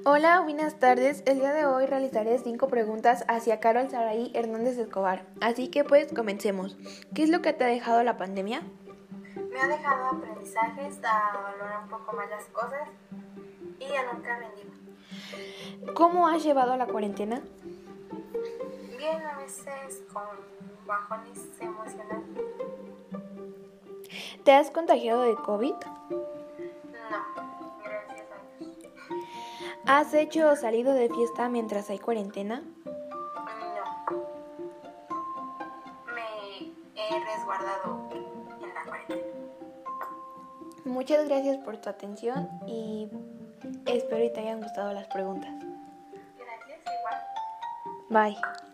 Hola, buenas tardes. El día de hoy realizaré 5 preguntas hacia Carol Saraí Hernández Escobar. Así que pues comencemos. ¿Qué es lo que te ha dejado la pandemia? Me ha dejado aprendizajes a valorar un poco más las cosas y a nunca rendirme. ¿Cómo has llevado la cuarentena? Bien, a veces con bajones emocionales. ¿Te has contagiado de COVID? No, gracias a Dios. ¿Has hecho o salido de fiesta mientras hay cuarentena? No, me he resguardado en la cuarentena. Muchas gracias por tu atención y espero que te hayan gustado las preguntas. Gracias, igual. Bye.